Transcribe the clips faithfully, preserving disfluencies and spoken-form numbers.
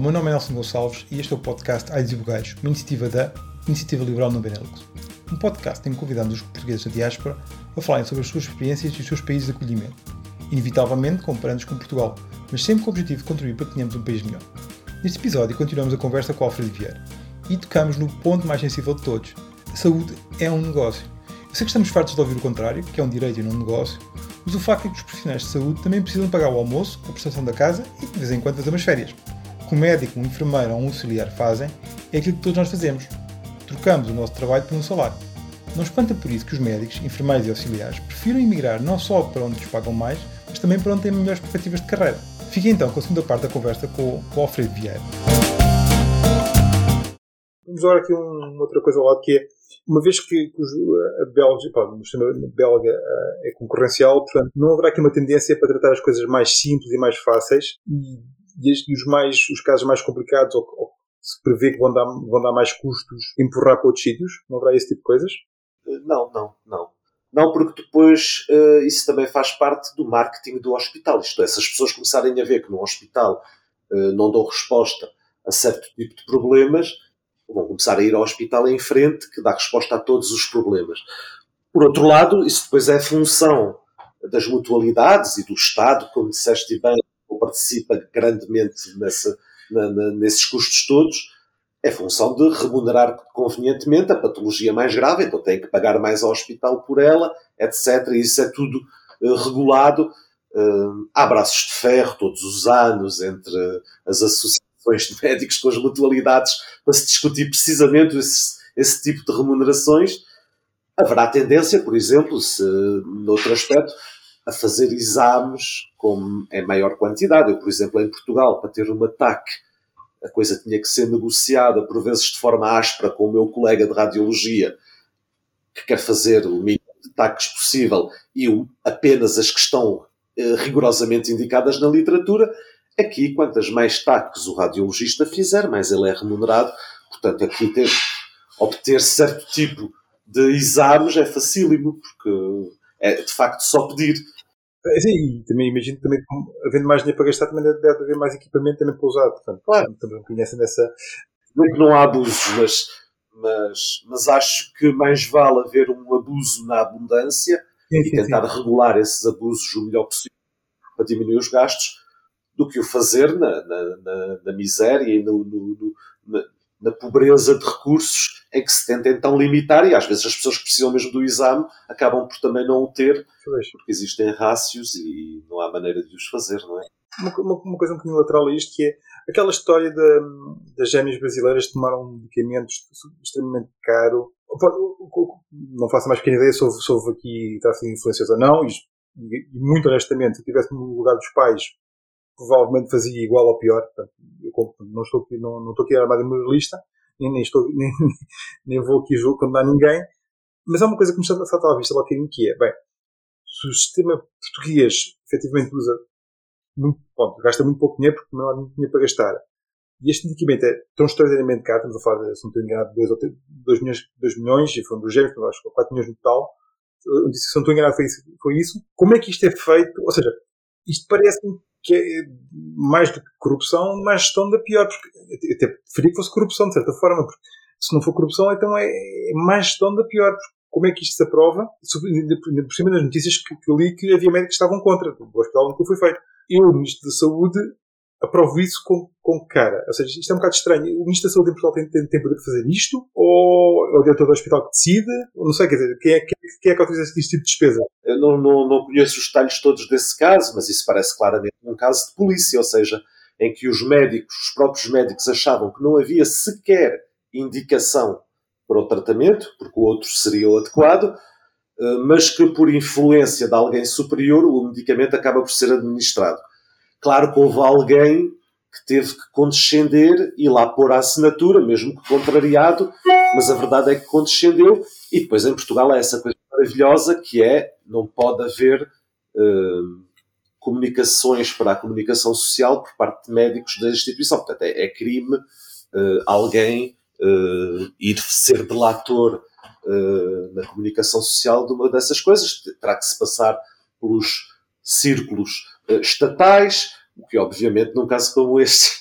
meu nome é Nelson Gonçalves e este é o podcast Aides e Bugais, uma iniciativa da Iniciativa Liberal no Benelux. Um podcast em que convidamos os portugueses da diáspora a falarem sobre as suas experiências e os seus países de acolhimento, inevitavelmente comparando-os com Portugal, mas sempre com o objetivo de contribuir para que tenhamos um país melhor. Neste episódio continuamos a conversa com o Alfredo Vieira e tocamos no ponto mais sensível de todos. A saúde é um negócio. Eu sei que estamos fartos de ouvir o contrário, que é um direito e não um negócio, mas o facto é que os profissionais de saúde também precisam pagar o almoço, a prestação da casa e de vez em quando fazer umas férias. O que um médico, um enfermeiro ou um auxiliar fazem é aquilo que todos nós fazemos. Trocamos o nosso trabalho por um salário. Não espanta por isso que os médicos, enfermeiros e auxiliares prefiram emigrar não só para onde lhes pagam mais, mas também para onde têm melhores perspectivas de carreira. Fiquem então com a segunda parte da conversa com o Alfredo Vieira. Vamos agora aqui uma outra coisa ao lado, que é, uma vez que a Bélgica, pá, o sistema belga é concorrencial, portanto, não haverá aqui uma tendência para tratar as coisas mais simples e mais fáceis e, e, e os, mais, os casos mais complicados, ou, ou se prevê que vão dar, vão dar mais custos, empurrar para outros sítios? Não haverá esse tipo de coisas? Não, não, não. Não, porque depois uh, isso também faz parte do marketing do hospital. Isto é, se as pessoas começarem a ver que no hospital uh, não dão resposta a certo tipo de problemas, vão começar a ir ao hospital em frente, que dá resposta a todos os problemas. Por outro lado, isso depois é função das mutualidades e do Estado, como disseste bem, que participa grandemente nessa, na, na, nesses custos todos, é função de remunerar convenientemente a patologia mais grave, então tem que pagar mais ao hospital por ela, etcétera. E isso é tudo uh, regulado. Uh, há braços de ferro todos os anos entre as associações de médicos com as mutualidades para se discutir precisamente esse, esse tipo de remunerações. Haverá tendência, por exemplo, se, noutro aspecto, a fazer exames com, em maior quantidade. Eu, por exemplo, em Portugal, para ter uma T A C, a coisa tinha que ser negociada, por vezes de forma áspera, com o meu colega de radiologia, que quer fazer o mínimo de T A Cs possível e o, apenas as que estão eh, rigorosamente indicadas na literatura. Aqui, quantas mais T A Cs o radiologista fizer, mais ele é remunerado. Portanto, aqui ter, obter certo tipo de exames é facílimo, porque é de facto só pedir. Sim, e também imagino que também, havendo mais dinheiro para gastar, também deve, deve haver mais equipamento também para usar. Portanto, claro. Também conhecem dessa... Não que não há abusos, mas, mas, mas acho que mais vale haver um abuso na abundância sim, e sim, tentar sim. regular esses abusos o melhor possível para diminuir os gastos, do que o fazer na, na, na, na miséria e no, no, no, na, na pobreza de recursos em que se tenta então limitar, e às vezes as pessoas que precisam mesmo do exame acabam por também não o ter, porque existem rácios e não há maneira de os fazer, não é? Uma, uma, uma coisa um bocadinho lateral a isto, que é aquela história de, das gêmeas brasileiras que tomaram medicamentos extremamente caro. Não faço mais pequena ideia se houve, se houve aqui tráfico de influências ou não, e, e muito honestamente, se eu estivesse no lugar dos pais, provavelmente fazia igual ou pior. Portanto, eu não estou aqui, não, não estou aqui a armar uma lista, nem, nem, estou, nem, nem vou aqui condenar ninguém, mas há uma coisa que me salta à vista lá que é, bem, se o sistema português efetivamente usa muito, bom, gasta muito pouco dinheiro porque não há muito dinheiro para gastar, e este medicamento é tão extraordinariamente caro, estamos a falar de, se não estou enganado, dois milhões, dois milhões, e foram dos gêmeos, acho que quatro milhões no total, se não estou enganado foi isso, foi isso, como é que isto é feito? Ou seja, isto parece-me que é mais do que corrupção, mais gestão da pior, porque eu até preferia que fosse corrupção, de certa forma, porque se não for corrupção, então é, é mais gestão da pior, porque como é que isto se aprova? Por cima das notícias que, que eu li que havia médicos que estavam contra, o hospital nunca foi feito. Eu, o Ministro da Saúde, aprovo isso com, com cara. Ou seja, isto é um bocado estranho. O Ministro da Saúde em Portugal tem, tem, tem poder de fazer isto? Ou é o diretor do hospital que decide? Ou não sei, quer dizer, quem é, quem, quem é que autoriza este tipo de despesa? Eu não, não, não conheço os detalhes todos desse caso, mas isso parece claramente um caso de polícia, ou seja, em que os médicos, os próprios médicos achavam que não havia sequer indicação para o tratamento, porque o outro seria o adequado, mas que por influência de alguém superior o medicamento acaba por ser administrado. Claro que houve alguém que teve que condescender e lá pôr a assinatura, mesmo que contrariado, mas a verdade é que condescendeu. E depois em Portugal há essa coisa maravilhosa que é, não pode haver uh, comunicações para a comunicação social por parte de médicos da instituição. Portanto, é, é crime uh, alguém uh, ir ser delator uh, na comunicação social de uma dessas coisas. Terá que se passar pelos círculos uh, estatais, o que obviamente num caso como este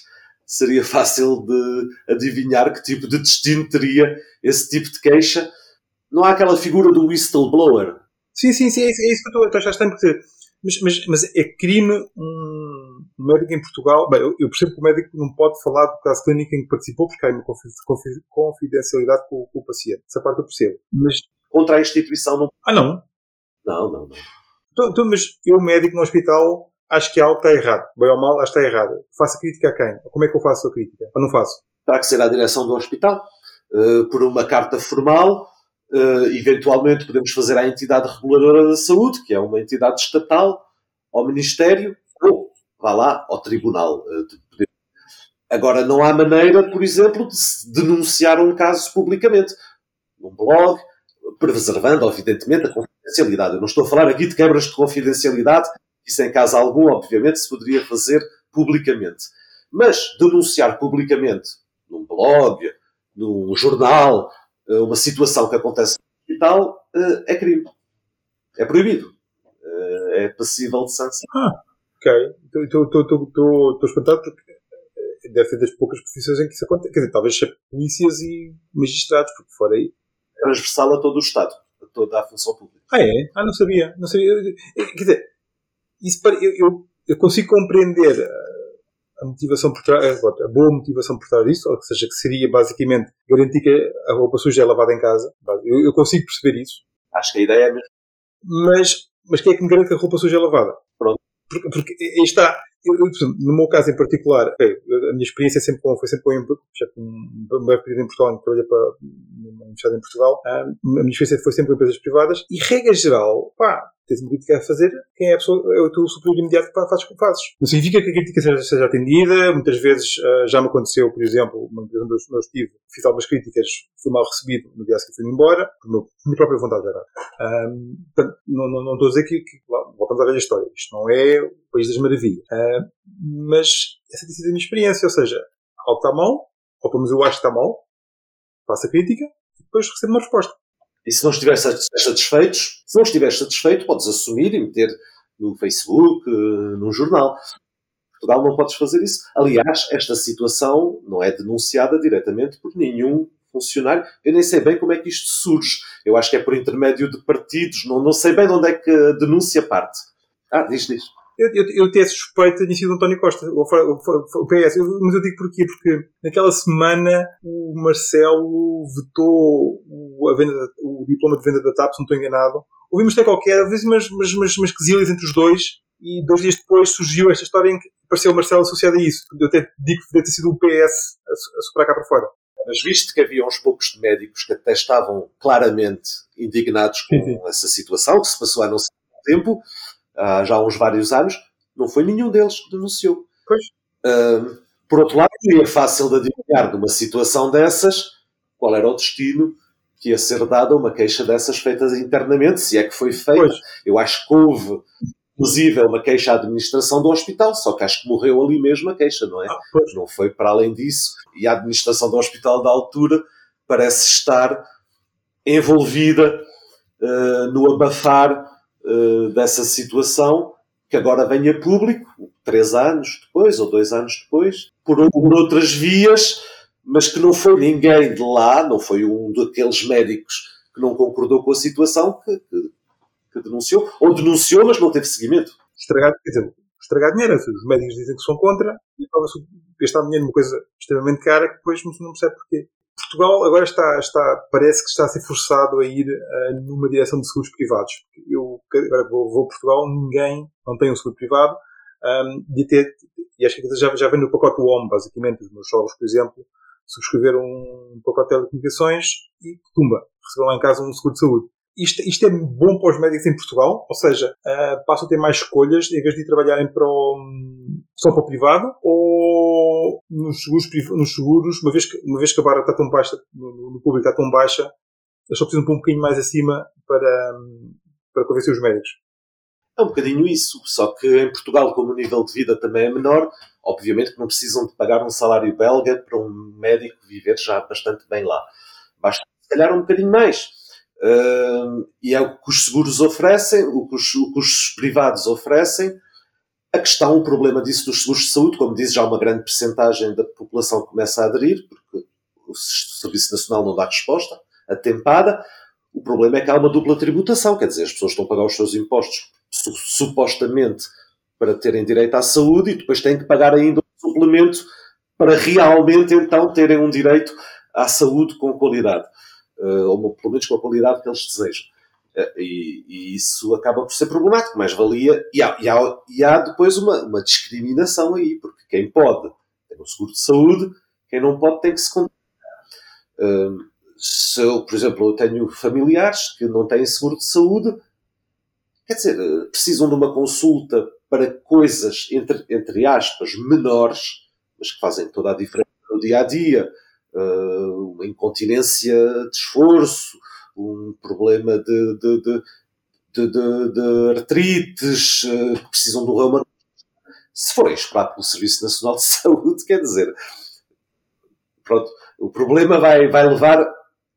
seria fácil de adivinhar que tipo de destino teria esse tipo de queixa. Não há aquela figura do whistleblower? Sim, sim, sim, é isso, é isso que eu estou a achar estranho, porque mas, mas, mas é crime um médico em Portugal. Bem, eu, eu percebo que o médico não pode falar do caso clínico em que participou, porque há uma confidencialidade com, com o paciente. Essa parte eu percebo. Mas contra a instituição não. Ah, não? Não, não, não. Então, então, mas eu, médico no hospital, acho que algo está errado. Bem ou mal, acho que está errado. Faço crítica a quem? Como é que eu faço a crítica? Ou não faço? Terá que ser à direção do hospital, uh, por uma carta formal. Uh, eventualmente podemos fazer à entidade reguladora da saúde, que é uma entidade estatal, ao Ministério, ou vá lá ao Tribunal. Uh, de poder. Agora, não há maneira, por exemplo, de se denunciar um caso publicamente. Num blog, preservando, evidentemente, a confidencialidade. Eu não estou a falar aqui de quebras de confidencialidade, isso em caso algum, obviamente, se poderia fazer publicamente. Mas denunciar publicamente, num blog, num jornal, uma situação que acontece no hospital, é crime. É proibido. É passível de sanção. Ah, ok. Estou espantado porque deve ser das poucas profissões em que isso acontece. Quer dizer, talvez seja polícias e magistrados, porque fora aí. Transversal a todo o Estado, a toda a função pública. Ah, é? Ah, não sabia. Não sabia. Quer dizer, isso para, eu, eu, eu consigo compreender a motivação por trás, a boa motivação por trás disso, ou seja, que seria basicamente garantir que a roupa suja é lavada em casa. Eu, eu consigo perceber isso. Acho que a ideia é mesmo. Mas, mas quem é que me garante que a roupa suja é lavada? Pronto. Porque, porque aí está, eu, eu, no meu caso em particular, okay, a minha experiência sempre com, foi sempre com um breve período em Portugal, trabalhei para uma universidade em Portugal, a minha experiência foi sempre com empresas privadas e, regra geral, pá, tens uma crítica a fazer, quem é a pessoa, é o teu superior imediato que fazes como fazes. Não significa que a crítica seja, seja atendida, muitas vezes uh, já me aconteceu, por exemplo, uma empresa onde eu estive, fiz algumas críticas, fui mal recebido, no dia a seguir fui-me embora, por meu, minha própria vontade já era. Um, portanto, não, não, não estou a dizer que, que lá, voltamos à velha história, isto não é o país das maravilhas. Uh, mas essa tem sido a minha experiência, ou seja, algo está mal, ou pelo menos eu acho que está mal, faço a crítica e depois recebo uma resposta. E se não estiveres satisfeito, se não estiveres satisfeito, podes assumir e meter no Facebook, num jornal. Em Portugal não podes fazer isso. Aliás, esta situação não é denunciada diretamente por nenhum funcionário. Eu nem sei bem como é que isto surge. Eu acho que é por intermédio de partidos. Não, não sei bem de onde é que a denúncia parte. Ah, diz, diz. Eu, eu, eu tenho suspeita de sido António Costa, o, o, o P S, mas eu digo porquê? Porque naquela semana o Marcelo vetou o, a venda, o diploma de venda da TAP, se não estou enganado. Ouvimos até qualquer, às vezes umas, umas, umas, umas quesilhas entre os dois, e dois dias depois surgiu esta história em que apareceu o Marcelo associado a isso. Eu até digo que deve ter sido o P S a, a soprar cá para fora. Mas visto que havia uns poucos de médicos que até estavam claramente indignados com sim, sim. essa situação, que se passou há não sei quanto tempo, há já uns vários anos, não foi nenhum deles que denunciou. Pois. Uh, por outro lado, é fácil de adivinhar numa situação dessas qual era o destino que ia ser dado a uma queixa dessas feitas internamente, se é que foi feita. Pois. Eu acho que houve, inclusive, uma queixa à administração do hospital, só que acho que morreu ali mesmo a queixa, não é? Ah, não foi para além disso. E a administração do hospital da altura parece estar envolvida uh, no abafar uh, dessa situação, que agora vem a público, três anos depois, ou dois anos depois, por, por outras vias, mas que não foi ninguém de lá, não foi um daqueles médicos que não concordou com a situação que, que, que denunciou, ou denunciou, mas não teve seguimento. Estragar, quer dizer, estragar dinheiro, os médicos dizem que são contra, e acaba-se gastar dinheiro numa coisa extremamente cara, que depois não percebe porquê. Portugal agora está, está, parece que está a ser forçado a ir uh, numa direção de seguros privados. Eu agora vou, vou a Portugal, ninguém não tem um seguro privado, um, e, até, e acho que já, já vem no pacote do Home, basicamente. Os meus sogros, por exemplo, subscreveram um pacote de telecomunicações e, tumba, receberam lá em casa um seguro de saúde. Isto, isto é bom para os médicos em Portugal, ou seja, uh, passam a ter mais escolhas em vez de trabalharem para o, só para o privado ou nos seguros, nos seguros uma, vez que, uma vez que a barra está tão baixa, no, no público está tão baixa, eles só precisam pôr um bocadinho mais acima para, para convencer os médicos. É um bocadinho isso, só que em Portugal, como o nível de vida também é menor, obviamente que não precisam de pagar um salário belga para um médico viver já bastante bem lá. Basta, se calhar, um bocadinho mais. Uh, e é o que os seguros oferecem, o que os, o que os privados oferecem, a A questão, o problema disso dos seguros de saúde, como diz, já uma grande percentagem da população começa a aderir, porque o Serviço Nacional não dá resposta atempada. O problema é que há uma dupla tributação, quer dizer, as pessoas estão a pagar os seus impostos supostamente para terem direito à saúde e depois têm que pagar ainda um suplemento para realmente então terem um direito à saúde com qualidade, ou pelo menos com a qualidade que eles desejam. E, e isso acaba por ser problemático, mais valia, e há, e há, e há depois uma, uma discriminação aí, porque quem pode tem um seguro de saúde, quem não pode tem que se contar. Se eu, por exemplo, eu tenho familiares que não têm seguro de saúde, quer dizer, precisam de uma consulta para coisas, entre, entre aspas, menores, mas que fazem toda a diferença no dia-a-dia, uma incontinência de esforço, um problema de, de, de, de, de, de artrites, que precisam do ramo. Se forem esperados pelo Serviço Nacional de Saúde, quer dizer, pronto, o problema vai, vai levar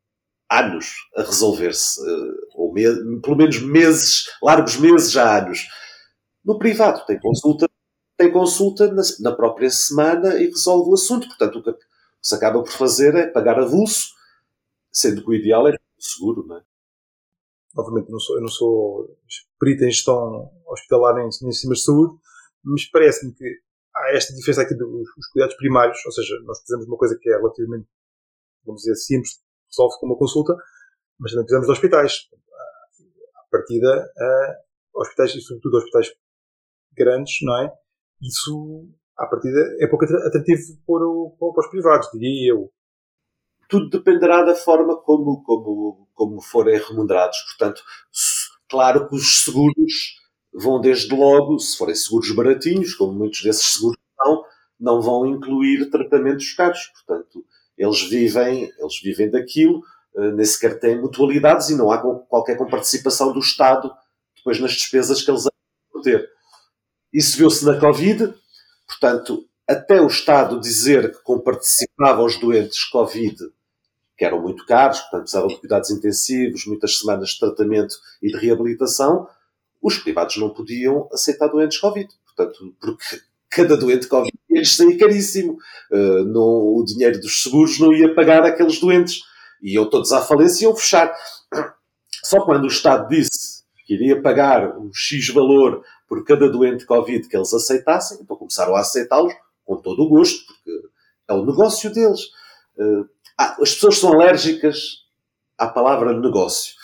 anos a resolver-se, ou me, pelo menos meses, largos meses já anos. No privado tem consulta, tem consulta na, na própria semana e resolve o assunto. Portanto, o que se acaba por fazer é pagar avulso, sendo que o ideal é seguro, não é? Obviamente, eu não sou, eu não sou perito em gestão hospitalar nem em sistemas de saúde, mas parece-me que há esta diferença aqui dos cuidados primários, ou seja, nós fazemos uma coisa que é relativamente, vamos dizer, simples, resolve com uma consulta, mas também precisamos de hospitais. À partida, uh, hospitais, e sobretudo hospitais grandes, não é? Isso, à partida, é pouco atrativo para, o, para os privados, diria eu. Tudo dependerá da forma como, como, como forem remunerados. Portanto, claro que os seguros vão desde logo, se forem seguros baratinhos, como muitos desses seguros são, não vão incluir tratamentos caros. Portanto, eles vivem, eles vivem daquilo, nem sequer têm mutualidades e não há qualquer participação do Estado depois nas despesas que eles vão ter. Isso viu-se na Covid, portanto, até o Estado dizer que comparticipava os doentes Covid, que eram muito caros, portanto precisavam de cuidados intensivos, muitas semanas de tratamento e de reabilitação, os privados não podiam aceitar doentes Covid, portanto, porque cada doente Covid ia sair caríssimo. Uh, não, o dinheiro dos seguros não ia pagar aqueles doentes. E iam todos à falência e iam fechar. Só quando o Estado disse que iria pagar um X valor por cada doente Covid que eles aceitassem, então começaram a aceitá-los com todo o gosto, porque é o negócio deles. Uh, ah, as pessoas são alérgicas à palavra negócio.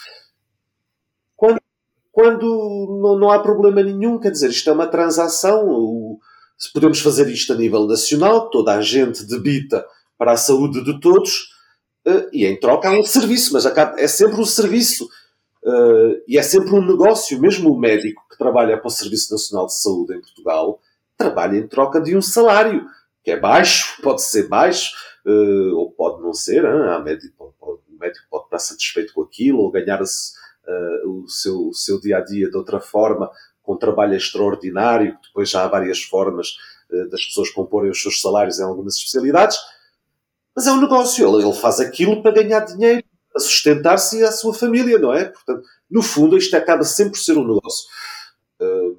Quando, quando não, não há problema nenhum, quer dizer, isto é uma transação, o, se podemos fazer isto a nível nacional, toda a gente debita para a saúde de todos, uh, e em troca há um serviço, mas é sempre um serviço, uh, e é sempre um negócio. Mesmo o médico que trabalha para o Serviço Nacional de Saúde em Portugal trabalha em troca de um salário, que é baixo, pode ser baixo, uh, ou pode não ser, hein? Há médico, pode, o médico pode estar satisfeito com aquilo, ou ganhar uh, o, seu, o seu dia-a-dia de outra forma, com trabalho extraordinário, que depois já há várias formas uh, das pessoas comporem os seus salários em algumas especialidades, mas é um negócio, ele, ele faz aquilo para ganhar dinheiro, para sustentar-se e a sua família, não é? Portanto, no fundo, isto acaba sempre por ser um negócio. Uh,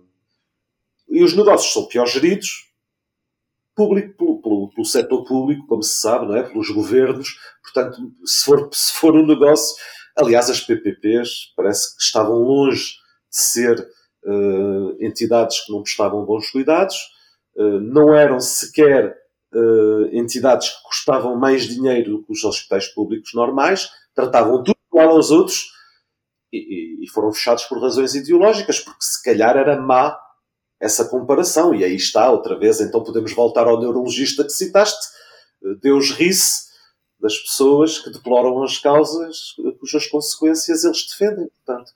e os negócios são pior geridos, público, pelo, pelo, pelo setor público, como se sabe, não é? Pelos governos. Portanto, se for, se for um negócio... Aliás, as P P Ps parece que estavam longe de ser uh, entidades que não prestavam bons cuidados, uh, não eram sequer uh, entidades que custavam mais dinheiro do que os hospitais públicos normais, tratavam tudo igual aos outros e, e foram fechados por razões ideológicas, porque se calhar era má essa comparação. E aí está, outra vez, então podemos voltar ao neurologista que citaste. Deus ri-se das pessoas que deploram as causas cujas consequências eles defendem, portanto.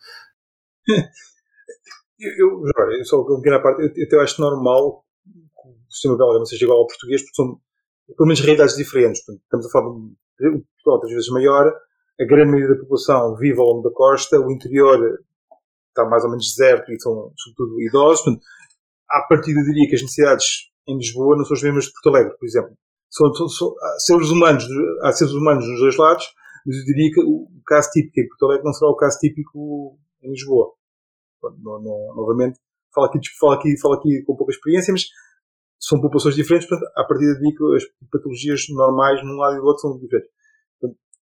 Eu, eu, eu só uma pequena parte, eu, eu acho normal que o sistema belga não seja igual ao português, porque são, pelo menos, realidades diferentes. Portanto, estamos a falar de um Portugal três vezes maior, a grande maioria da população vive ao longo da costa, o interior está mais ou menos deserto e são, sobretudo, idosos. Portanto, à partida, eu diria que as necessidades em Lisboa não são as mesmas de Porto Alegre, por exemplo. São, são, são há, seres humanos, há seres humanos nos dois lados, mas eu diria que o caso típico em Porto Alegre não será o caso típico em Lisboa. Não, não, novamente, falo aqui, falo aqui, falo aqui com pouca experiência, mas são populações diferentes, portanto, a partir daí que as patologias normais num lado e do outro são diferentes. Portanto,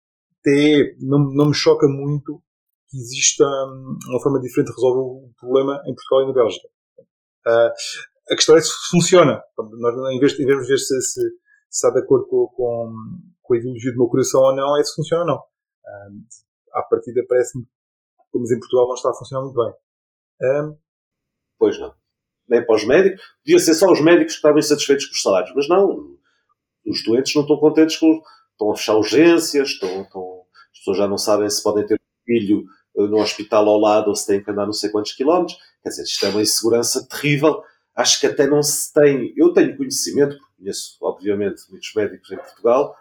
até não, não me choca muito que exista uma forma diferente de resolver o problema em Portugal e na Bélgica. Uh, a questão é se funciona. Nós, em vez de, em vez de ver se, se, se está de acordo com, com, com a ideologia do meu coração ou não, é se funciona ou não. Uh, à partida parece-me que, como em Portugal, não está a funcionar muito bem. Uh, pois não. Nem para os médicos. Podia ser só os médicos que estavam insatisfeitos com os salários. Mas não. Os doentes não estão contentes com... Estão a fechar urgências, estão, estão, as pessoas já não sabem se podem ter um filho no hospital ao lado ou se têm que andar não sei quantos quilómetros. Quer dizer, isto é uma insegurança terrível. Acho que até não se tem... Eu tenho conhecimento, porque conheço, obviamente, muitos médicos em Portugal.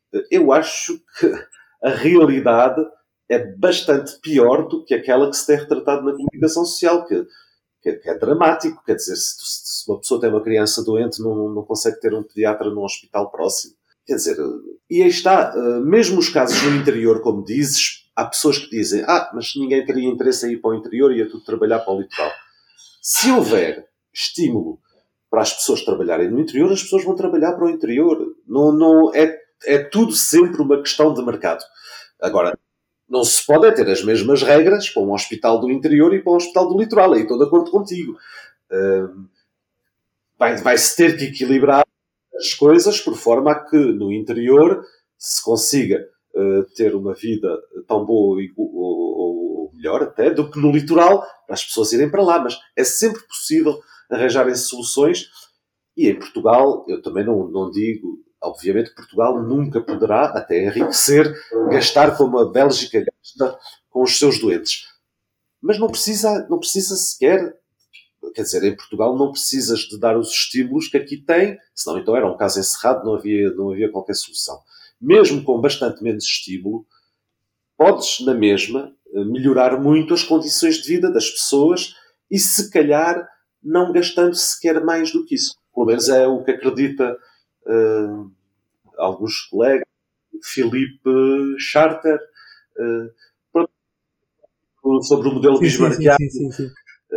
Eu acho que a realidade é bastante pior do que aquela que se tem retratado na comunicação social, que, que, que é dramático. Quer dizer, se, se uma pessoa tem uma criança doente, não, não consegue ter um pediatra num hospital próximo. Quer dizer, e aí está, mesmo os casos no interior, como dizes, há pessoas que dizem, ah, mas ninguém teria interesse em ir para o interior e ia tudo trabalhar para o litoral. Se houver estímulo para as pessoas trabalharem no interior, as pessoas vão trabalhar para o interior. Não, não, é, é tudo sempre uma questão de mercado. Agora, não se pode ter as mesmas regras para um hospital do interior e para um hospital do litoral. Aí estou de acordo contigo. Uh, vai, vai-se ter que equilibrar as coisas por forma a que no interior se consiga uh, ter uma vida tão boa ou, ou, ou melhor até do que no litoral, para as pessoas irem para lá. Mas é sempre possível arranjarem soluções e em Portugal, eu também não, não digo, obviamente Portugal nunca poderá até enriquecer, gastar como a Bélgica gasta com os seus doentes. Mas não precisa, não precisa sequer... Quer dizer, em Portugal não precisas de dar os estímulos que aqui tem, senão então era um caso encerrado, não havia, não havia qualquer solução. Mesmo com bastante menos estímulo, podes, na mesma, melhorar muito as condições de vida das pessoas e, se calhar, não gastando sequer mais do que isso. Pelo menos é o que acredita uh, alguns colegas, Filipe Charter, uh, sobre o modelo bismarckiano. Sim, sim, sim, sim.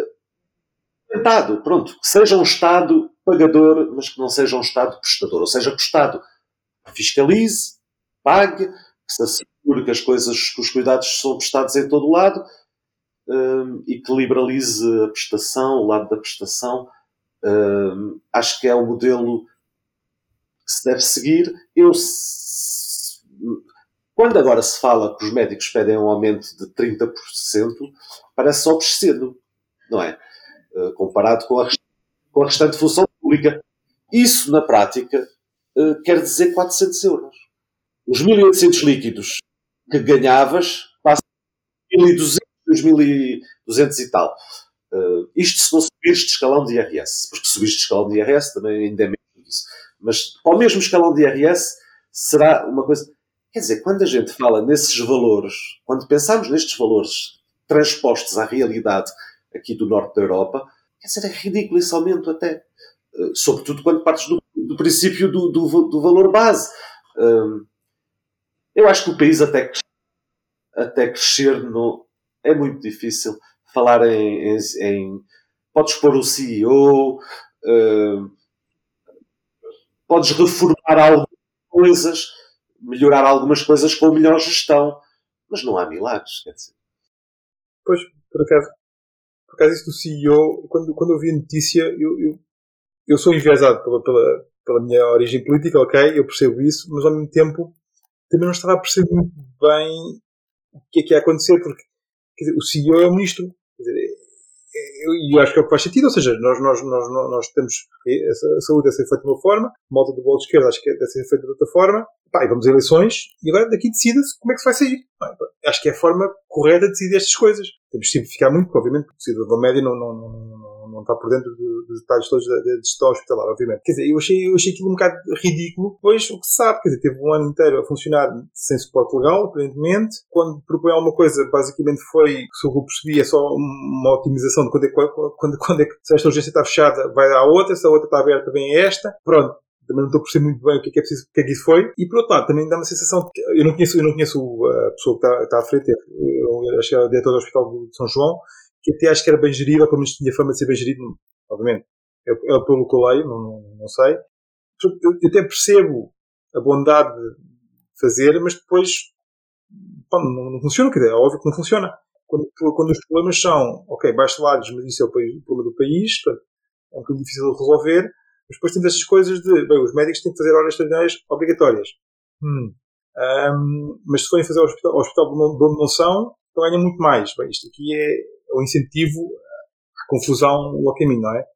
Tentado, pronto, que seja um Estado pagador, mas que não seja um Estado prestador. Ou seja, que o Estado fiscalize, pague, que se assegure que as coisas, que os cuidados são prestados em todo o lado um, e que liberalize a prestação, o lado da prestação. Um, acho que é o modelo que se deve seguir. Eu, se, quando agora se fala que os médicos pedem um aumento de trinta por cento, parece só cedo, não é? Uh, comparado com a, com a restante função pública. Isso, na prática, uh, quer dizer quatrocentos euros. Os mil e oitocentos líquidos que ganhavas passam a mil e duzentos, mil e duzentos e tal. Uh, isto se não subires de escalão de I R S, porque subires de escalão de I R S também ainda é menos disso. Mas ao mesmo escalão de I R S será uma coisa... Quer dizer, quando a gente fala nesses valores, quando pensamos nestes valores transpostos à realidade aqui do norte da Europa, quer dizer, é ridículo esse aumento até. Uh, sobretudo quando partes do, do princípio do, do, do valor base. Uh, eu acho que o país até, até crescer no, é muito difícil. Falar em, em, em... Podes pôr o C E O, uh, podes reformar algumas coisas, melhorar algumas coisas com melhor gestão, mas não há milagres, quer dizer. Pois, por acaso, por acaso isso do C E O, quando, quando eu vi a notícia, eu, eu, eu sou enviesado pela, pela, pela minha origem política, ok, eu percebo isso, mas ao mesmo tempo também não estava a perceber muito bem o que é que ia acontecer, porque quer dizer, o C E O é o ministro, quer dizer, e eu, eu acho que é o que faz sentido, ou seja, nós, nós, nós, nós temos a saúde deve ser feita de uma forma, a malta do bloco de esquerda acho que deve ser feita de outra forma, pá, e vamos a eleições, e agora daqui decida-se como é que se vai sair. Pá, acho que é a forma correta de decidir estas coisas. Temos de simplificar muito, porque obviamente o cidadão médio não, não, não, não, não está por dentro do, dos detalhes todos da, da gestão hospitalar, obviamente. Quer dizer, eu achei, eu achei aquilo um bocado ridículo, pois o que se sabe, quer dizer, teve um ano inteiro a funcionar sem suporte legal, aparentemente. Quando propõe alguma coisa, basicamente foi, se eu percebi, é só uma otimização de quando é, quando, quando é que, se esta urgência está fechada, vai à outra, se a outra está aberta, vem a esta. Pronto. Também não estou a perceber muito bem o que é que é preciso, o que é que isso foi. E por outro lado, também dá uma sensação de que eu não conheço, eu não conheço a pessoa que está, está à frente. Eu acho que é a diretora do Hospital de São João, que até acho que era bem gerível, pelo menos tinha fama de ser bem gerido, obviamente. É, é pelo que eu leio, não, não, não sei. Eu, eu até percebo a bondade de fazer, mas depois pá, não, não funciona, quer dizer, é óbvio que não funciona. Quando, quando os problemas são, ok, baixos salários, mas isso é o, país, o problema do país, portanto, é um bocadinho difícil de resolver, mas depois temos estas coisas de, bem, os médicos têm que fazer horas extraordinárias obrigatórias. Hum. Um, mas se forem fazer ao hospital, ao hospital de onde não são, então ganham muito mais. Bem, isto aqui é o um incentivo à confusão ao caminho, não é?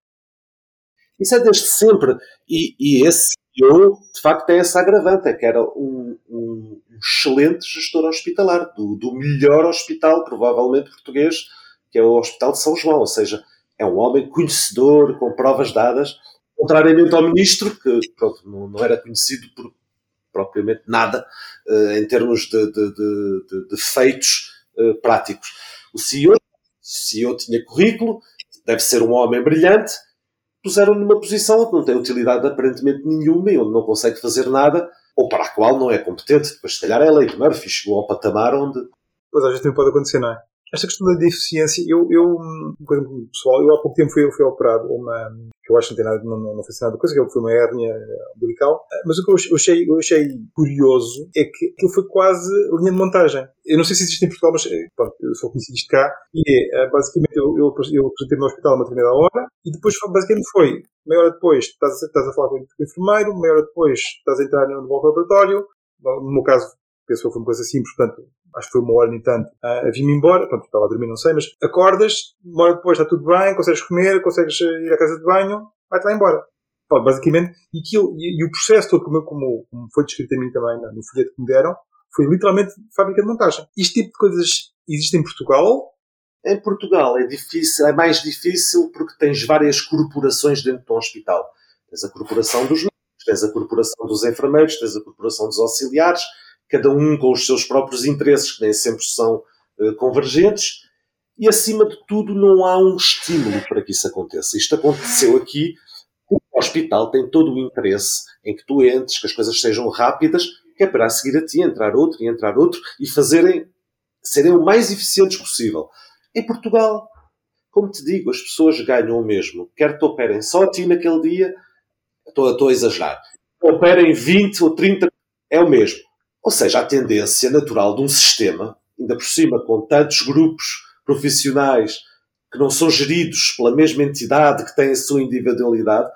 Isso é desde sempre. E, e esse C E O, de facto, tem essa agravante, é que era um, um excelente gestor hospitalar, do, do melhor hospital, provavelmente português, que é o Hospital de São João. Ou seja, é um homem conhecedor, com provas dadas, contrariamente ao ministro, que pronto, não, não era conhecido por propriamente nada, uh, em termos de, de, de, de, de feitos uh, práticos. O C E O, o C E O tinha currículo, deve ser um homem brilhante, puseram-no numa posição onde não tem utilidade aparentemente nenhuma e onde não consegue fazer nada, ou para a qual não é competente. Depois, se calhar, é a lei de Murphy, chegou ao patamar onde... Pois, às vezes também pode acontecer, não é? Esta questão da deficiência, eu, eu uma coisa pessoal, eu há pouco tempo fui, fui operado uma, que eu acho que não tem nada, não, não foi nada de coisa, que foi uma hérnia umbilical, mas o que eu achei, eu achei curioso é que aquilo foi quase linha de montagem. Eu não sei se existe em Portugal, mas pronto, eu só conheci isto cá, e é, basicamente, eu, eu, eu apresentei-me no hospital uma determinada hora, e depois, basicamente, foi, meia hora depois, estás, estás a falar com o enfermeiro, meia hora depois, estás a entrar no laboratório, no meu caso, penso que foi uma coisa simples, portanto, acho que foi uma hora nem tanto. Uh, Vim-me embora, pronto, estava a dormir, não sei, mas acordas, uma hora depois está tudo bem, consegues comer, consegues ir à casa de banho, vai-te lá embora. Pronto, basicamente, e, aquilo, e, e o processo todo, como, como, como foi descrito a mim também no folheto que me deram, foi literalmente fábrica de montagem. Este tipo de coisas existe em Portugal? Em Portugal é difícil, é mais difícil porque tens várias corporações dentro do hospital. Tens a corporação dos médicos, tens a corporação dos enfermeiros, tens a corporação dos auxiliares, cada um com os seus próprios interesses, que nem sempre são uh, convergentes, e acima de tudo não há um estímulo para que isso aconteça. Isto aconteceu aqui, o hospital tem todo o interesse em que tu entres, que as coisas sejam rápidas, que é para a seguir a ti entrar outro e entrar outro e fazerem, serem o mais eficientes possível. Em Portugal, como te digo, as pessoas ganham o mesmo. Quer te operem só a ti naquele dia, estou, estou a exagerar, operem vinte ou trinta, é o mesmo. Ou seja, a tendência natural de um sistema, ainda por cima com tantos grupos profissionais que não são geridos pela mesma entidade, que têm a sua individualidade,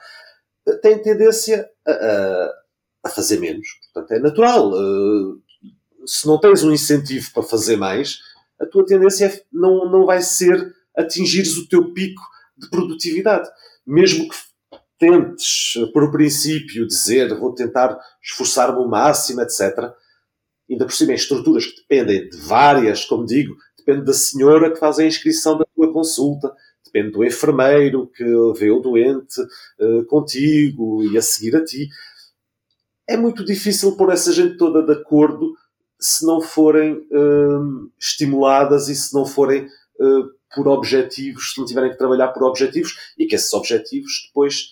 tem tendência a, a, a fazer menos. Portanto, é natural. Se não tens um incentivo para fazer mais, a tua tendência é, não, não vai ser atingires o teu pico de produtividade. Mesmo que tentes, por princípio, dizer vou tentar esforçar-me o máximo, etcétera, ainda por cima em estruturas que dependem de várias, como digo, depende da senhora que faz a inscrição da tua consulta, depende do enfermeiro que vê o doente uh, contigo e a seguir a ti. É muito difícil pôr essa gente toda de acordo se não forem uh, estimuladas e se não forem uh, por objetivos, se não tiverem que trabalhar por objetivos e que esses objetivos depois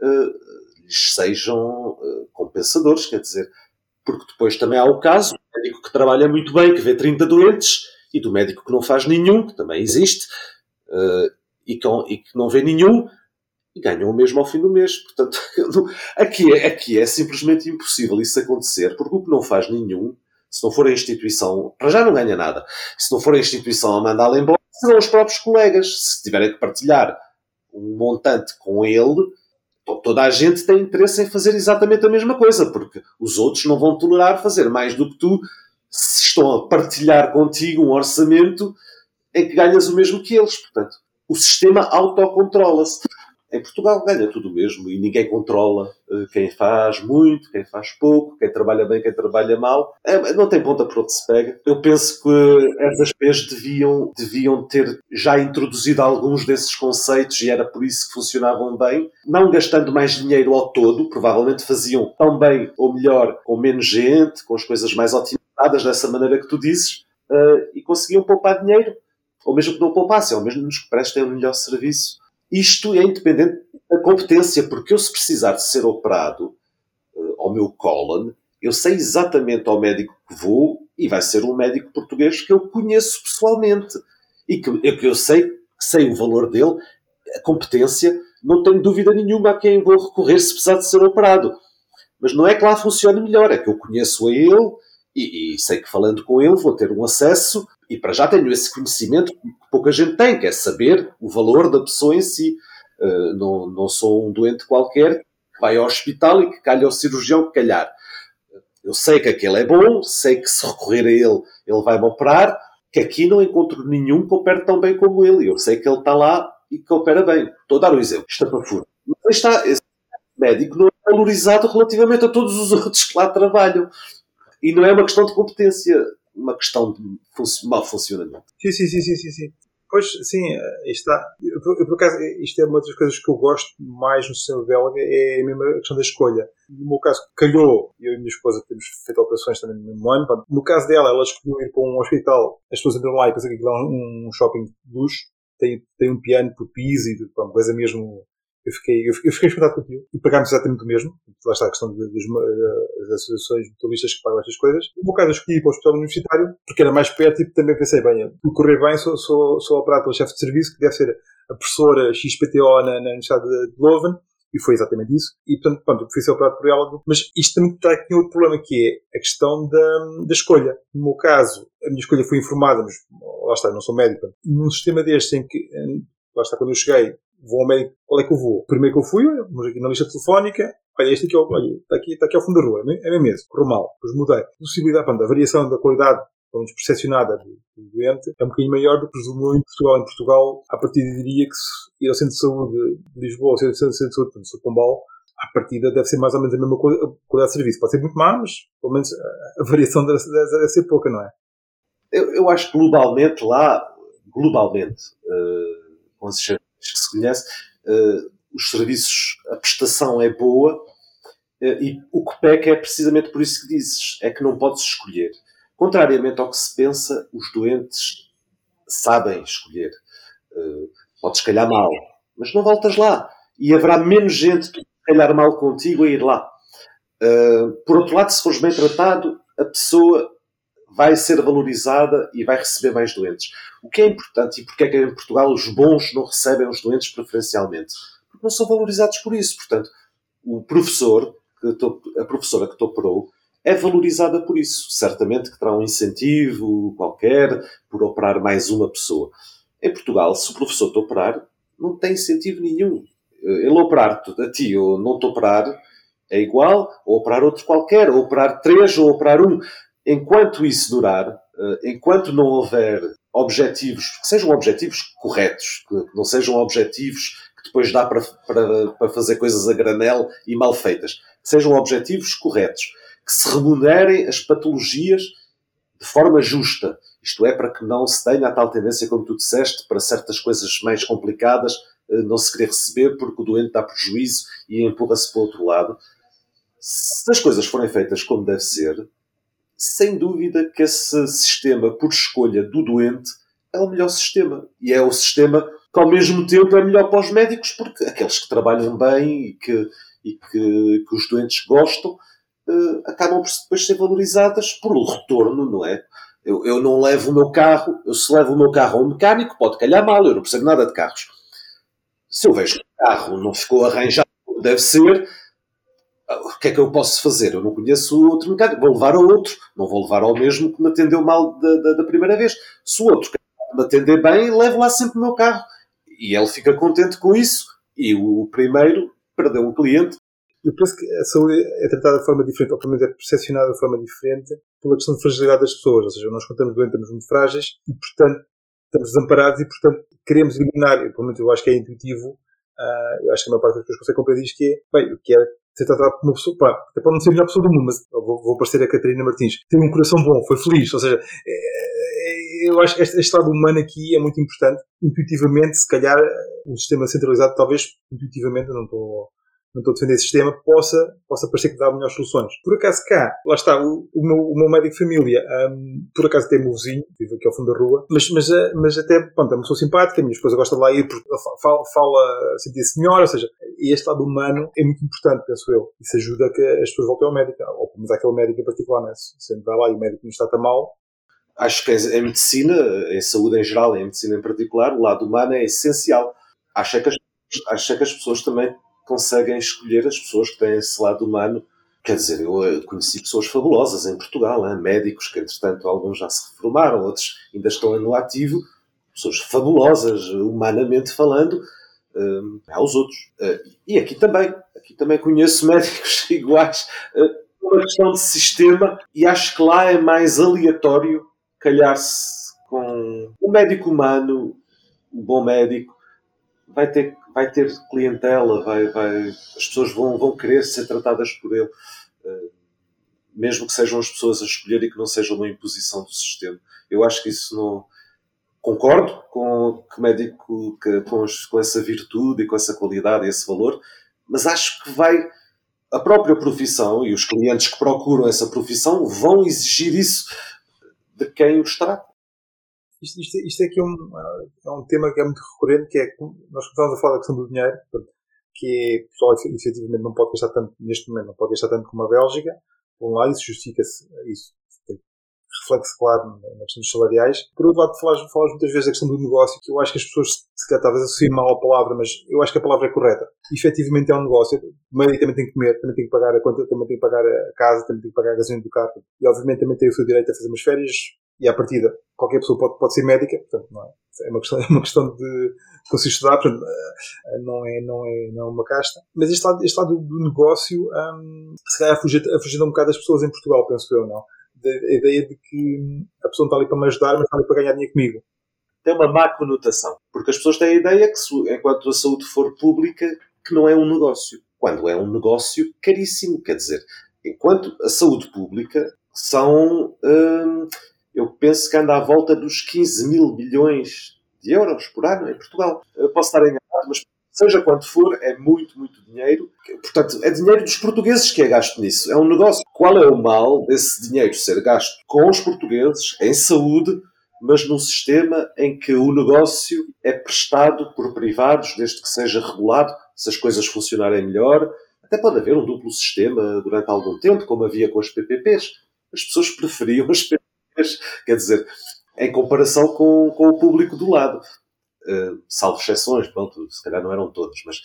uh, lhes sejam uh, compensadores, quer dizer, porque depois também há o caso do médico que trabalha muito bem, que vê trinta doentes, e do médico que não faz nenhum, que também existe, uh, e, que, e que não vê nenhum, e ganham o mesmo ao fim do mês. Portanto, aqui é, aqui é simplesmente impossível isso acontecer, porque o que não faz nenhum, se não for a instituição, para já não ganha nada, se não for a instituição a mandá-lo embora, serão os próprios colegas. Se tiverem que partilhar um montante com ele, toda a gente tem interesse em fazer exatamente a mesma coisa, porque os outros não vão tolerar fazer mais do que tu se estão a partilhar contigo um orçamento em que ganhas o mesmo que eles. Portanto, o sistema autocontrola-se. Em Portugal ganha tudo o mesmo e ninguém controla uh, quem faz muito, quem faz pouco, quem trabalha bem, quem trabalha mal. É, não tem ponta por onde se pega. Eu penso que essas P Es deviam, deviam ter já introduzido alguns desses conceitos e era por isso que funcionavam bem. Não gastando mais dinheiro ao todo, provavelmente faziam tão bem ou melhor com menos gente, com as coisas mais otimizadas dessa maneira que tu dizes, uh, e conseguiam poupar dinheiro. Ou mesmo que não poupassem, ou mesmo que prestem um melhor serviço. Isto é independente da competência, porque eu, se precisar de ser operado uh, ao meu cólon, eu sei exatamente ao médico que vou e vai ser um médico português que eu conheço pessoalmente e que, que eu sei sei o valor dele, a competência, não tenho dúvida nenhuma a quem vou recorrer se precisar de ser operado. Mas não é que lá funcione melhor, é que eu conheço a ele e, e sei que falando com ele vou ter um acesso e para já tenho esse conhecimento que pouca gente tem, que é saber o valor da pessoa em si. Uh, não, não sou um doente qualquer que vai ao hospital e que calha ao cirurgião que calhar. Eu sei que aquele é bom, sei que se recorrer a ele, ele vai-me operar, que aqui não encontro nenhum que opere tão bem como ele. Eu sei que ele está lá e que opera bem. Estou a dar um exemplo. Estapafúrdio. Mas está, esse médico não é valorizado relativamente a todos os outros que lá trabalham. E não é uma questão de competência, uma questão de func- mau funcionamento. Sim, sim, sim, sim, sim, sim. Pois, sim, aí está. Eu, eu, por acaso, isto é uma das coisas que eu gosto mais no sistema belga, é mesmo a questão da escolha. No meu caso, calhou, eu e a minha esposa temos feito operações também no mesmo ano. No caso dela, ela escolheu ir para um hospital, as pessoas entram lá e pensam que aquilo é um, um shopping de luxo, tem, tem um piano por piso e uma coisa mesmo. Eu fiquei, eu fiquei, eu fiquei espantado com aquilo. E pagámos exatamente o mesmo. Lá está a questão das, das associações mutualistas que pagam estas coisas. No meu caso, eu escolhi ir para o hospital universitário, porque era mais perto e também pensei, bem, por correr bem, sou, sou, sou operado pelo chefe de serviço, que deve ser a professora X P T O na, na Universidade de Leuven. E foi exatamente isso. E, portanto, pronto, eu fui ser operado por ela. Mas isto também está aqui outro problema, que é a questão da, da escolha. No meu caso, a minha escolha foi informada, mas lá está, eu não sou médico. Num sistema deste em que, lá está, quando eu cheguei, vou ao médico, qual é que eu vou? Primeiro que eu fui, vamos aqui na lista telefónica, olha, este aqui, olha, está aqui, está aqui ao fundo da rua, é mesmo mesmo, correu mal, depois mudei. A possibilidade, pronto, a variação da qualidade, pelo menos percepcionada do, do doente, é um bocadinho maior do que presumo em Portugal. Em Portugal, a partir diria que se ir ao centro de saúde de Lisboa, ao centro de saúde, portanto, de Pombal, à partida deve ser mais ou menos a mesma qualidade de serviço. Pode ser muito má, mas pelo menos a, a variação deve, deve ser pouca, não é? Eu, eu acho que globalmente lá, globalmente, uh, com as que se conhece, uh, os serviços, a prestação é boa uh, e o que peca é precisamente por isso que dizes, é que não podes escolher. Contrariamente ao que se pensa, os doentes sabem escolher. Uh, podes calhar mal, mas não voltas lá. E haverá menos gente que calhar mal contigo a ir lá. Uh, por outro lado, se fores bem tratado, a pessoa vai ser valorizada e vai receber mais doentes. O que é importante, e porque é que em Portugal os bons não recebem os doentes preferencialmente? Porque não são valorizados por isso. Portanto, o professor, que tô, a professora que te operou, é valorizada por isso. Certamente que terá um incentivo qualquer por operar mais uma pessoa. Em Portugal, se o professor te operar, não tem incentivo nenhum. Ele operar-te a ti ou não te operar é igual, ou operar outro qualquer, ou operar três, ou operar um. Enquanto isso durar, enquanto não houver objetivos, que sejam objetivos corretos, que não sejam objetivos que depois dá para, para, para fazer coisas a granel e mal feitas, que sejam objetivos corretos, que se remunerem as patologias de forma justa. Isto é, para que não se tenha a tal tendência, como tu disseste, para certas coisas mais complicadas não se querer receber porque o doente dá prejuízo e empurra-se para o outro lado. Se as coisas forem feitas como deve ser, sem dúvida que esse sistema, por escolha do doente, é o melhor sistema. E é o sistema que, ao mesmo tempo, é melhor para os médicos, porque aqueles que trabalham bem e que, e que, que os doentes gostam, uh, acabam por depois ser valorizadas por o retorno, não é? Eu, eu não levo o meu carro, eu se levo o meu carro a um mecânico, pode calhar mal, eu não percebo nada de carros. Se eu vejo que o carro não ficou arranjado como deve ser, o que é que eu posso fazer? Eu não conheço outro mecânico, vou levar a outro, não vou levar ao mesmo que me atendeu mal da, da, da primeira vez. Se o outro me atender bem, levo lá sempre o meu carro. E ele fica contente com isso, e o primeiro perdeu um cliente. Eu penso que a saúde é tratada de forma diferente, ou pelo menos é percepcionada de forma diferente pela questão de fragilidade das pessoas. Ou seja, nós quando estamos doentes estamos muito frágeis e, portanto, estamos desamparados e, portanto, queremos eliminar. Eu, pelo menos eu acho que é intuitivo, uh, eu acho que a maior parte das pessoas consegue compreender isto, que é, bem, o que é ser tratado por uma pessoa, pá, até pode não ser a melhor pessoa do mundo, mas vou, vou parecer a Catarina Martins, tem um coração bom, foi feliz, ou seja, é, é, eu acho que este, este lado humano aqui é muito importante. Intuitivamente, se calhar, um sistema centralizado, talvez, intuitivamente, eu não estou... não estou a defender esse sistema, possa, possa parecer que dá melhores soluções. Por acaso cá, lá está, o, o, meu, o meu médico de família, um, por acaso tem o meu vizinho, vive aqui ao fundo da rua, mas, mas, mas até, pronto, é uma pessoa simpática, a minha esposa gosta de lá ir porque fala, fala sentir-se melhor, ou seja, este lado humano é muito importante, penso eu. Isso ajuda a que as pessoas voltem ao médico, ou pelo menos àquele médico em particular, né? Se sempre vai lá e o médico não está tão mal. Acho que em medicina, em saúde em geral, em medicina em particular, o lado humano é essencial. Acho é que as, acho é que as pessoas também conseguem escolher as pessoas que têm esse lado humano. Quer dizer, eu conheci pessoas fabulosas em Portugal, hein? Médicos que, entretanto, alguns já se reformaram, outros ainda estão no ativo, pessoas fabulosas, humanamente falando, um, aos outros. Uh, e aqui também, aqui também conheço médicos iguais. Uh, uma questão de sistema, e acho que lá é mais aleatório calhar-se com o médico humano, o bom médico, vai ter, vai ter clientela, vai, vai, as pessoas vão, vão querer ser tratadas por ele, uh, mesmo que sejam as pessoas a escolher e que não seja uma imposição do sistema. Eu acho que isso não... Concordo com que o médico que, com, com essa virtude e com essa qualidade e esse valor, mas acho que vai... A própria profissão e os clientes que procuram essa profissão vão exigir isso de quem os trata. Isto, isto, isto aqui é um, é um tema que é muito recorrente, que é, nós começamos a falar da questão do dinheiro, que é, o pessoal efetivamente não pode gastar tanto, neste momento, não pode gastar tanto como a Bélgica. Por um lado, isso justifica-se, isso tem reflexo claro na questão dos salariais. Por outro lado, falas, falas muitas vezes da questão do negócio, que eu acho que as pessoas, se calhar, talvez associem mal a palavra, mas eu acho que a palavra é correta. Efetivamente é um negócio. O médico também tem que comer, também tem que pagar a conta, também tem que pagar a casa, também tem que pagar a gasolina do carro. E, obviamente, também tem o seu direito a fazer umas férias. E, à partida, qualquer pessoa pode, pode ser médica. Portanto, não é? É uma questão, é uma questão de conseguir estudar. Portanto, não é, não é, não é uma casta. Mas este lado, este lado do negócio, hum, se calhar, fugindo um bocado das pessoas em Portugal, penso eu, não? A ideia de que a pessoa não está ali para me ajudar, mas está ali para ganhar dinheiro comigo. Tem uma má conotação, porque as pessoas têm a ideia que, enquanto a saúde for pública, que não é um negócio. Quando é um negócio caríssimo, quer dizer, enquanto a saúde pública são, hum, eu penso que anda à volta dos quinze mil bilhões de euros por ano em Portugal. Eu posso estar enganado, mas seja quanto for, é muito, muito dinheiro. Portanto, é dinheiro dos portugueses que é gasto nisso. É um negócio. Qual é o mal desse dinheiro ser gasto com os portugueses, em saúde, mas num sistema em que o negócio é prestado por privados, desde que seja regulado, se as coisas funcionarem melhor? Até pode haver um duplo sistema durante algum tempo, como havia com as P P Ps. As pessoas preferiam as P P Ps, quer dizer, em comparação com, com o público do lado. Uh, salvo exceções, pronto, se calhar não eram todas, mas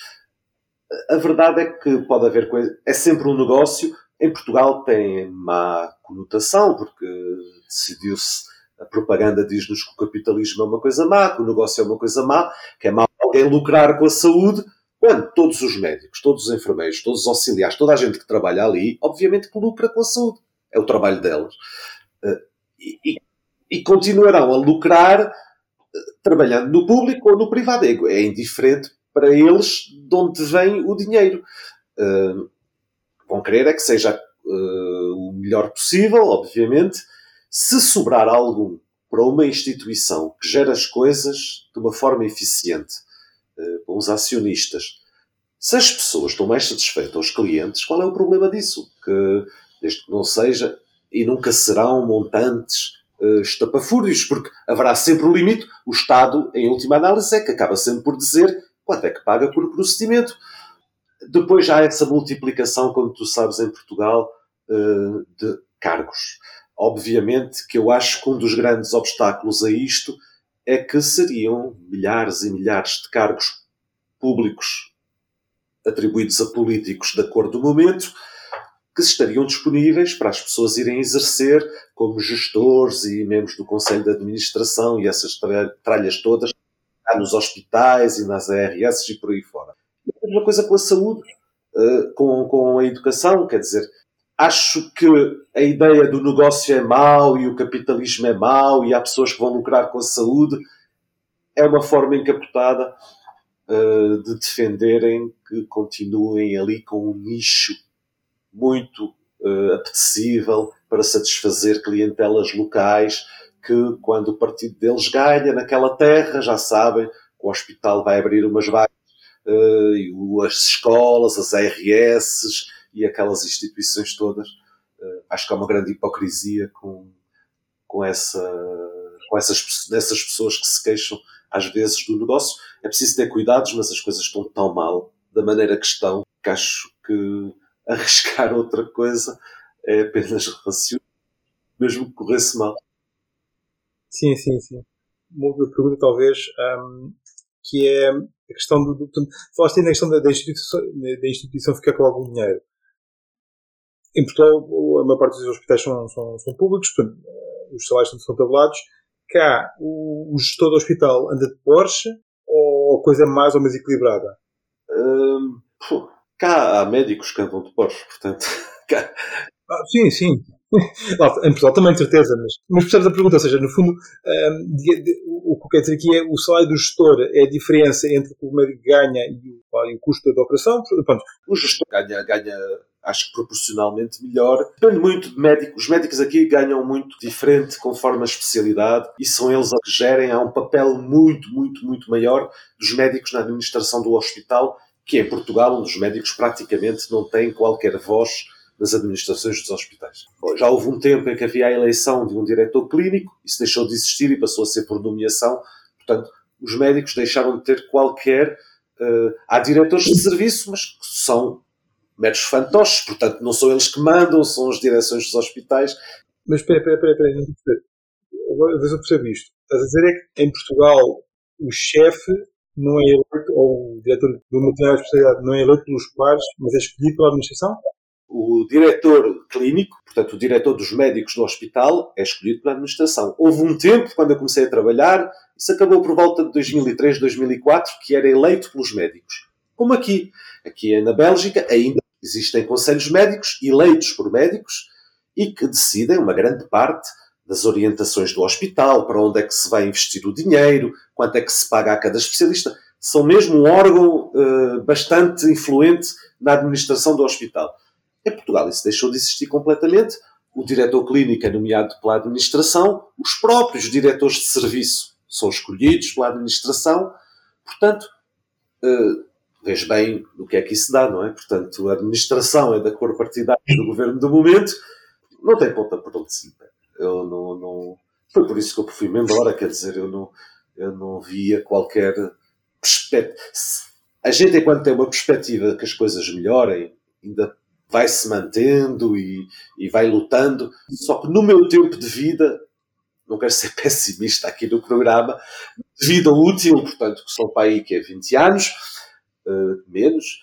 a verdade é que pode haver coisa, é sempre um negócio. Em Portugal tem má conotação, porque decidiu-se, a propaganda diz-nos que o capitalismo é uma coisa má, que o negócio é uma coisa má, que é mau alguém lucrar com a saúde, quando todos os médicos, todos os enfermeiros, todos os auxiliares, toda a gente que trabalha ali, obviamente que lucra com a saúde. É o trabalho delas. Uh, e, e, e continuarão a lucrar trabalhando no público ou no privado. É indiferente para eles de onde vem o dinheiro. Uh, vão querer é que seja uh, o melhor possível, obviamente. Se sobrar algum para uma instituição que gera as coisas de uma forma eficiente, uh, para os acionistas, se as pessoas estão mais satisfeitas, os clientes, qual é o problema disso? Que, desde que não seja, e nunca serão montantes Uh, estapafúrdios, porque haverá sempre um limite. O Estado, em última análise, é que acaba sempre por dizer quanto é que paga por procedimento. Depois já há essa multiplicação, como tu sabes, em Portugal, uh, de cargos. Obviamente que eu acho que um dos grandes obstáculos a isto é que seriam milhares e milhares de cargos públicos atribuídos a políticos de acordo do momento, que estariam disponíveis para as pessoas irem exercer como gestores e membros do Conselho de Administração e essas tralhas todas, nos hospitais e nas A R S e por aí fora. A mesma coisa com a saúde, com, com a educação, quer dizer, acho que a ideia do negócio é mau e o capitalismo é mau e há pessoas que vão lucrar com a saúde, é uma forma encapotada de defenderem que continuem ali com um nicho muito uh, apetecível para satisfazer clientelas locais que, quando o partido deles ganha naquela terra, já sabem que o hospital vai abrir umas vagas, uh, e as escolas, as A R S e aquelas instituições todas. Uh, acho que há uma grande hipocrisia com, com, essa, com essas, essas pessoas que se queixam às vezes do negócio. É preciso ter cuidados, mas as coisas estão tão mal da maneira que estão, que acho que arriscar outra coisa é apenas racional, mesmo que corresse mal. Sim, sim, sim. Uma outra pergunta, talvez, um, que é a questão do. do portanto, falaste aí na questão da, da, instituição, da instituição ficar com algum dinheiro. Em Portugal, a maior parte dos hospitais são, são, são públicos, portanto, os salários são tabelados. Cá, o, o gestor do hospital anda de Porsche ou a coisa é mais ou menos equilibrada? Hum, pô, cá há médicos que andam de Porsche, portanto. Cá. Ah, sim, sim. Em Portugal também, de certeza, mas, mas percebes a pergunta, ou seja, no fundo, um, de, de, o que eu quero dizer aqui é o salário do gestor é a diferença entre o que o médico ganha e o, e o custo da operação. Pronto. O gestor ganha, ganha, acho que proporcionalmente melhor. Depende muito de médicos. Os médicos aqui ganham muito diferente conforme a especialidade e são eles a que gerem. Há um papel muito, muito, muito maior dos médicos na administração do hospital, que é em Portugal, onde os médicos praticamente não têm qualquer voz nas administrações dos hospitais. Bom, já houve um tempo em que havia a eleição de um diretor clínico, isso deixou de existir e passou a ser por nomeação. Portanto, os médicos deixaram de ter qualquer... Uh, há diretores de serviço, mas que são meros fantoches, portanto, não são eles que mandam, são as direções dos hospitais. Mas espera, espera, espera, espera, não estou a perceber. Agora, eu percebo isto. Estás a dizer é que em Portugal o chefe não é eleito, ou o diretor de uma determinada especialidade não é eleito pelos pares, mas é escolhido pela administração? O diretor clínico, portanto, o diretor dos médicos do hospital, é escolhido pela administração. Houve um tempo, quando eu comecei a trabalhar, isso acabou por volta de dois mil e três, dois mil e quatro, que era eleito pelos médicos. Como aqui. Aqui na Bélgica ainda existem conselhos médicos eleitos por médicos e que decidem uma grande parte das orientações do hospital, para onde é que se vai investir o dinheiro, quanto é que se paga a cada especialista. São mesmo um órgão uh, bastante influente na administração do hospital. Em Portugal isso deixou de existir completamente. O diretor clínico é nomeado pela administração, os próprios diretores de serviço são escolhidos pela administração. Portanto, uh, vês bem do que é que isso dá, não é? Portanto, a administração é da cor partidária do governo do momento, não tem ponta por onde se pé. Eu não, não... Foi por isso que eu fui-me embora, quer dizer, eu não, eu não via qualquer perspectiva. A gente, enquanto tem uma perspectiva que as coisas melhorem, ainda vai se mantendo e, e vai lutando. Só que no meu tempo de vida, não quero ser pessimista aqui no programa, de vida útil, portanto, que são para aí que é vinte anos, uh, menos,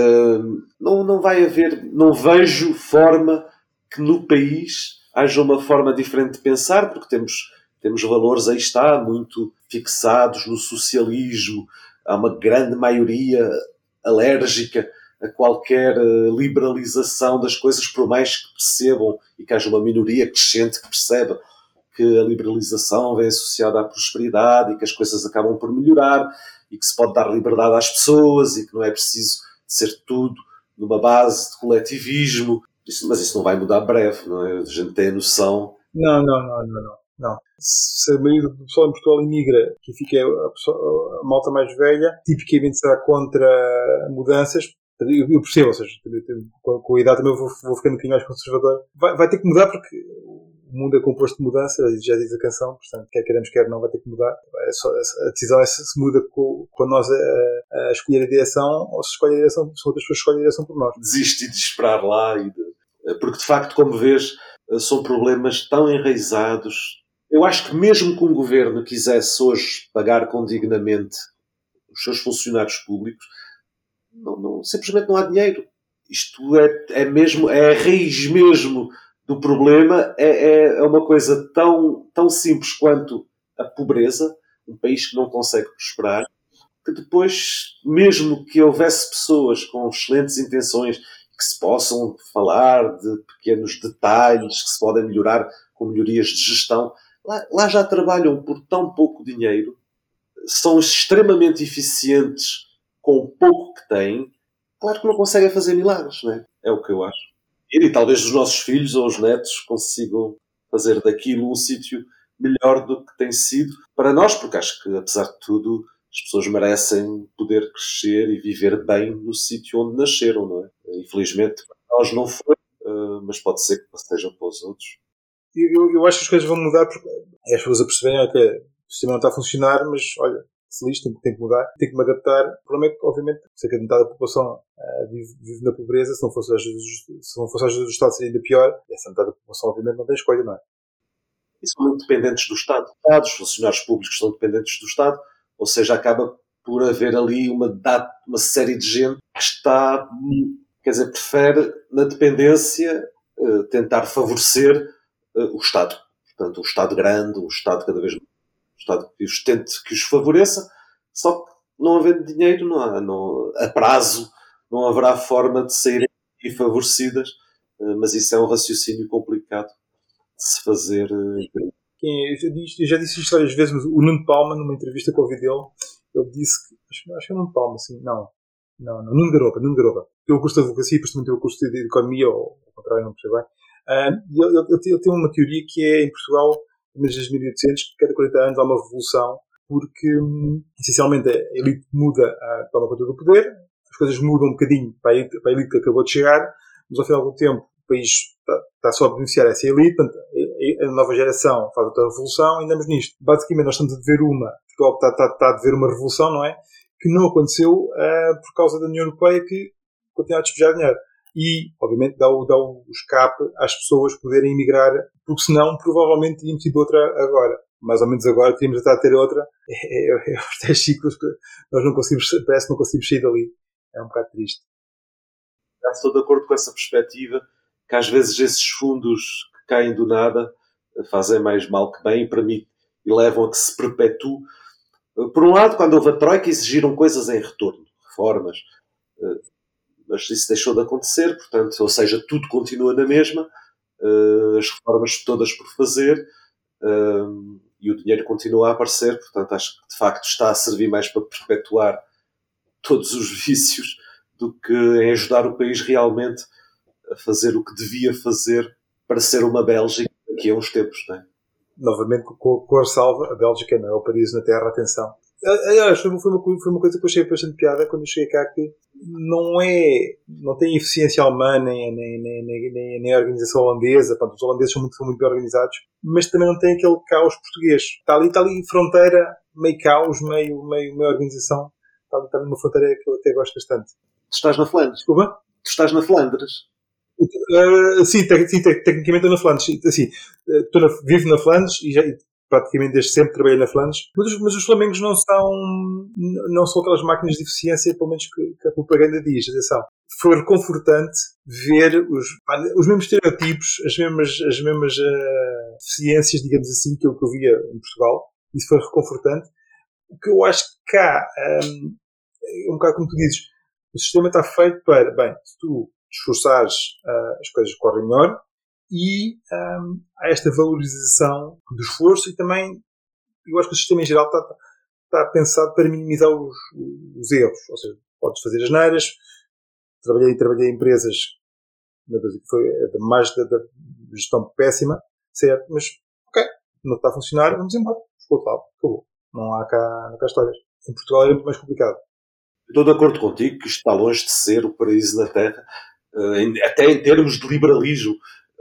uh, não, não vai haver, não vejo forma que no país haja uma forma diferente de pensar, porque temos, temos valores, aí está, muito fixados no socialismo, há uma grande maioria alérgica a qualquer liberalização das coisas, por mais que percebam e que haja uma minoria crescente que perceba que a liberalização vem associada à prosperidade e que as coisas acabam por melhorar e que se pode dar liberdade às pessoas e que não é preciso ser tudo numa base de coletivismo. Isso, mas isso não vai mudar breve, não é? A gente tem a noção... Não, não, não, não, não. não. Se a maioria do pessoal em Portugal imigra, que fica a, pessoa, a malta mais velha, tipicamente será contra mudanças. Eu, eu percebo, ou seja, com, com a idade também vou, vou ficando um bocadinho mais conservador. Vai, vai ter que mudar porque o mundo é composto de mudanças, já diz a canção, portanto, quer queremos, quer não, vai ter que mudar. É só, a decisão é se, se muda com, com nós a, a escolher a direção ou se escolhe a direção, se outras pessoas escolhem a direção por nós. Desistir de esperar lá, e de, porque de facto, como vês, são problemas tão enraizados. Eu acho que mesmo que um governo quisesse hoje pagar condignamente os seus funcionários públicos, Não, não, simplesmente não há dinheiro. Isto é, é mesmo, é a raiz mesmo do problema, é, é, é uma coisa tão, tão simples quanto a pobreza, um país que não consegue prosperar, que depois, mesmo que houvesse pessoas com excelentes intenções, que se possam falar de pequenos detalhes, que se podem melhorar com melhorias de gestão, lá, lá já trabalham por tão pouco dinheiro, são extremamente eficientes com o pouco que têm, claro que não conseguem fazer milagres, não é? É o que eu acho. E talvez os nossos filhos ou os netos consigam fazer daquilo um sítio melhor do que tem sido para nós, porque acho que, apesar de tudo, as pessoas merecem poder crescer e viver bem no sítio onde nasceram, não é? Infelizmente, para nós não foi, mas pode ser que seja para os outros. Eu, eu acho que as coisas vão mudar porque as pessoas a perceberem que o sistema não está a funcionar, mas olha, feliz, tem, tem que mudar, tem que me adaptar. O problema é que, obviamente, cerca de metade da população uh, vive, vive na pobreza. Se não fosse a ajuda, se não fosse a ajuda do Estado, seria ainda pior. E essa metade da população, obviamente, não tem escolha, não é? e são muito dependentes do Estado. Os funcionários públicos são dependentes do Estado, ou seja, acaba por haver ali uma, data, uma série de gente que está, quer dizer, prefere na dependência uh, tentar favorecer uh, o Estado. Portanto, um Estado grande, um Estado cada vez mais, um Estado que os tente, que os favoreça, só que não havendo dinheiro, não há, não, a prazo, não haverá forma de saírem favorecidas, uh, mas isso é um raciocínio complicado de se fazer. Uh, Quem, eu, já disse, eu já disse isto várias vezes, mas o Nuno Palma, numa entrevista que eu ouvi dele, ele disse que, acho, acho que é o Nuno Palma, assim, não, não, não, Nuno Garopa, Nuno Garopa, teve o curso de advocacia, depois também teve o curso de economia, ou ao contrário, não percebo bem, uh, e ele, ele, ele tem uma teoria que é, em Portugal, nos mil e oitocentos, que cada quarenta anos há uma revolução, porque, um, essencialmente, a elite muda, a, toma conta do poder, as coisas mudam um bocadinho para a elite, para a elite que acabou de chegar, mas ao final do tempo, o país está, está só a beneficiar essa elite, portanto, a nova geração faz outra revolução e andamos nisto. Basicamente, nós estamos a dever uma, Portugal está, está, está a dever uma revolução, não é? Que não aconteceu uh, por causa da União Europeia, que continua a despejar dinheiro. E, obviamente, dá o, dá o escape às pessoas poderem emigrar, porque senão, provavelmente, tínhamos tido outra agora. Mais ou menos agora, tínhamos até a ter outra. É, é, é os dez ciclos que nós não conseguimos, parece que não conseguimos sair dali. É um bocado triste. Estou de acordo com essa perspectiva, que às vezes esses fundos que caem do nada fazem mais mal que bem e, permitem, e levam a que se perpetue. Por um lado, quando houve a Troika, exigiram coisas em retorno, reformas, mas isso deixou de acontecer, portanto, ou seja, tudo continua na mesma, as reformas todas por fazer, e o dinheiro continua a aparecer, portanto, acho que de facto está a servir mais para perpetuar todos os vícios do que em ajudar o país realmente a fazer o que devia fazer para ser uma Bélgica daqui a uns tempos, não é? Novamente, com, com a ressalva, a Bélgica não é o paraíso na Terra, atenção. Aliás, foi uma, foi uma coisa que eu achei bastante piada quando eu cheguei cá, que não é, não tem eficiência alemã, nem, nem, nem, nem, nem a organização holandesa. Pronto, os holandeses são muito, são muito bem organizados, mas também não tem aquele caos português. Está ali, está ali fronteira, meio caos, meio, meio, meio organização. Está ali, está ali uma fronteira que eu até gosto bastante. Tu estás na Flandres? Desculpa? Tu estás na Flandres? Uh, sim, te, sim, te, tecnicamente estou na Flandres. Assim, estou na, vivo na Flandres e já, praticamente desde sempre trabalhei na Flandres. Mas, mas os Flamengos não são, não são aquelas máquinas de eficiência, pelo menos que, que a propaganda diz. Atenção. Foi reconfortante ver os, os mesmos estereotipos, as mesmas, as mesmas uh, deficiências, digamos assim, que eu, que eu via em Portugal. Isso foi reconfortante. O que eu acho que cá, um, é um bocado como tu dizes, o sistema está feito para, bem, se tu te esforçares, uh, as coisas correm melhor e um, há esta valorização do esforço e também, eu acho que o sistema em geral está, está pensado para minimizar os, os erros. Ou seja, podes fazer as neiras. Trabalhei, trabalhei em empresas, meu Deus, foi mais da, da gestão péssima, certo? Mas, ok, não está a funcionar, vamos embora. Ficou de lado, acabou. Não há cá, não há cá histórias. Em Portugal é muito mais complicado. Estou de acordo contigo que isto está longe de ser o paraíso na Terra, até em termos de liberalismo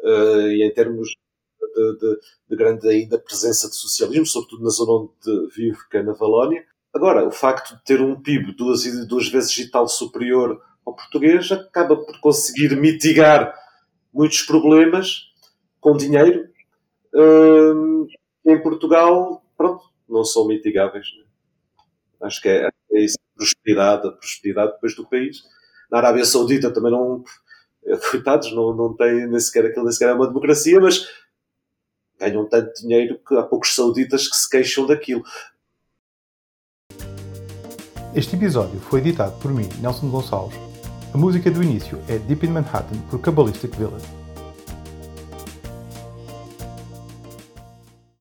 e em termos de, de, de grande ainda presença de socialismo, sobretudo na zona onde vivo, que é na Valónia. Agora, o facto de ter um P I B duas, duas vezes e tal superior ao português acaba por conseguir mitigar muitos problemas com dinheiro. Em Portugal, pronto, não são mitigáveis. Acho que é, é isso, a prosperidade, a prosperidade depois do país. Na Arábia Saudita também não, coitados, não, não tem nem sequer aquilo, nem sequer é uma democracia, mas ganham tanto dinheiro que há poucos sauditas que se queixam daquilo. Este episódio foi editado por mim, Nelson Gonçalves. A música do início é Deep in Manhattan, por Cabalistic Village.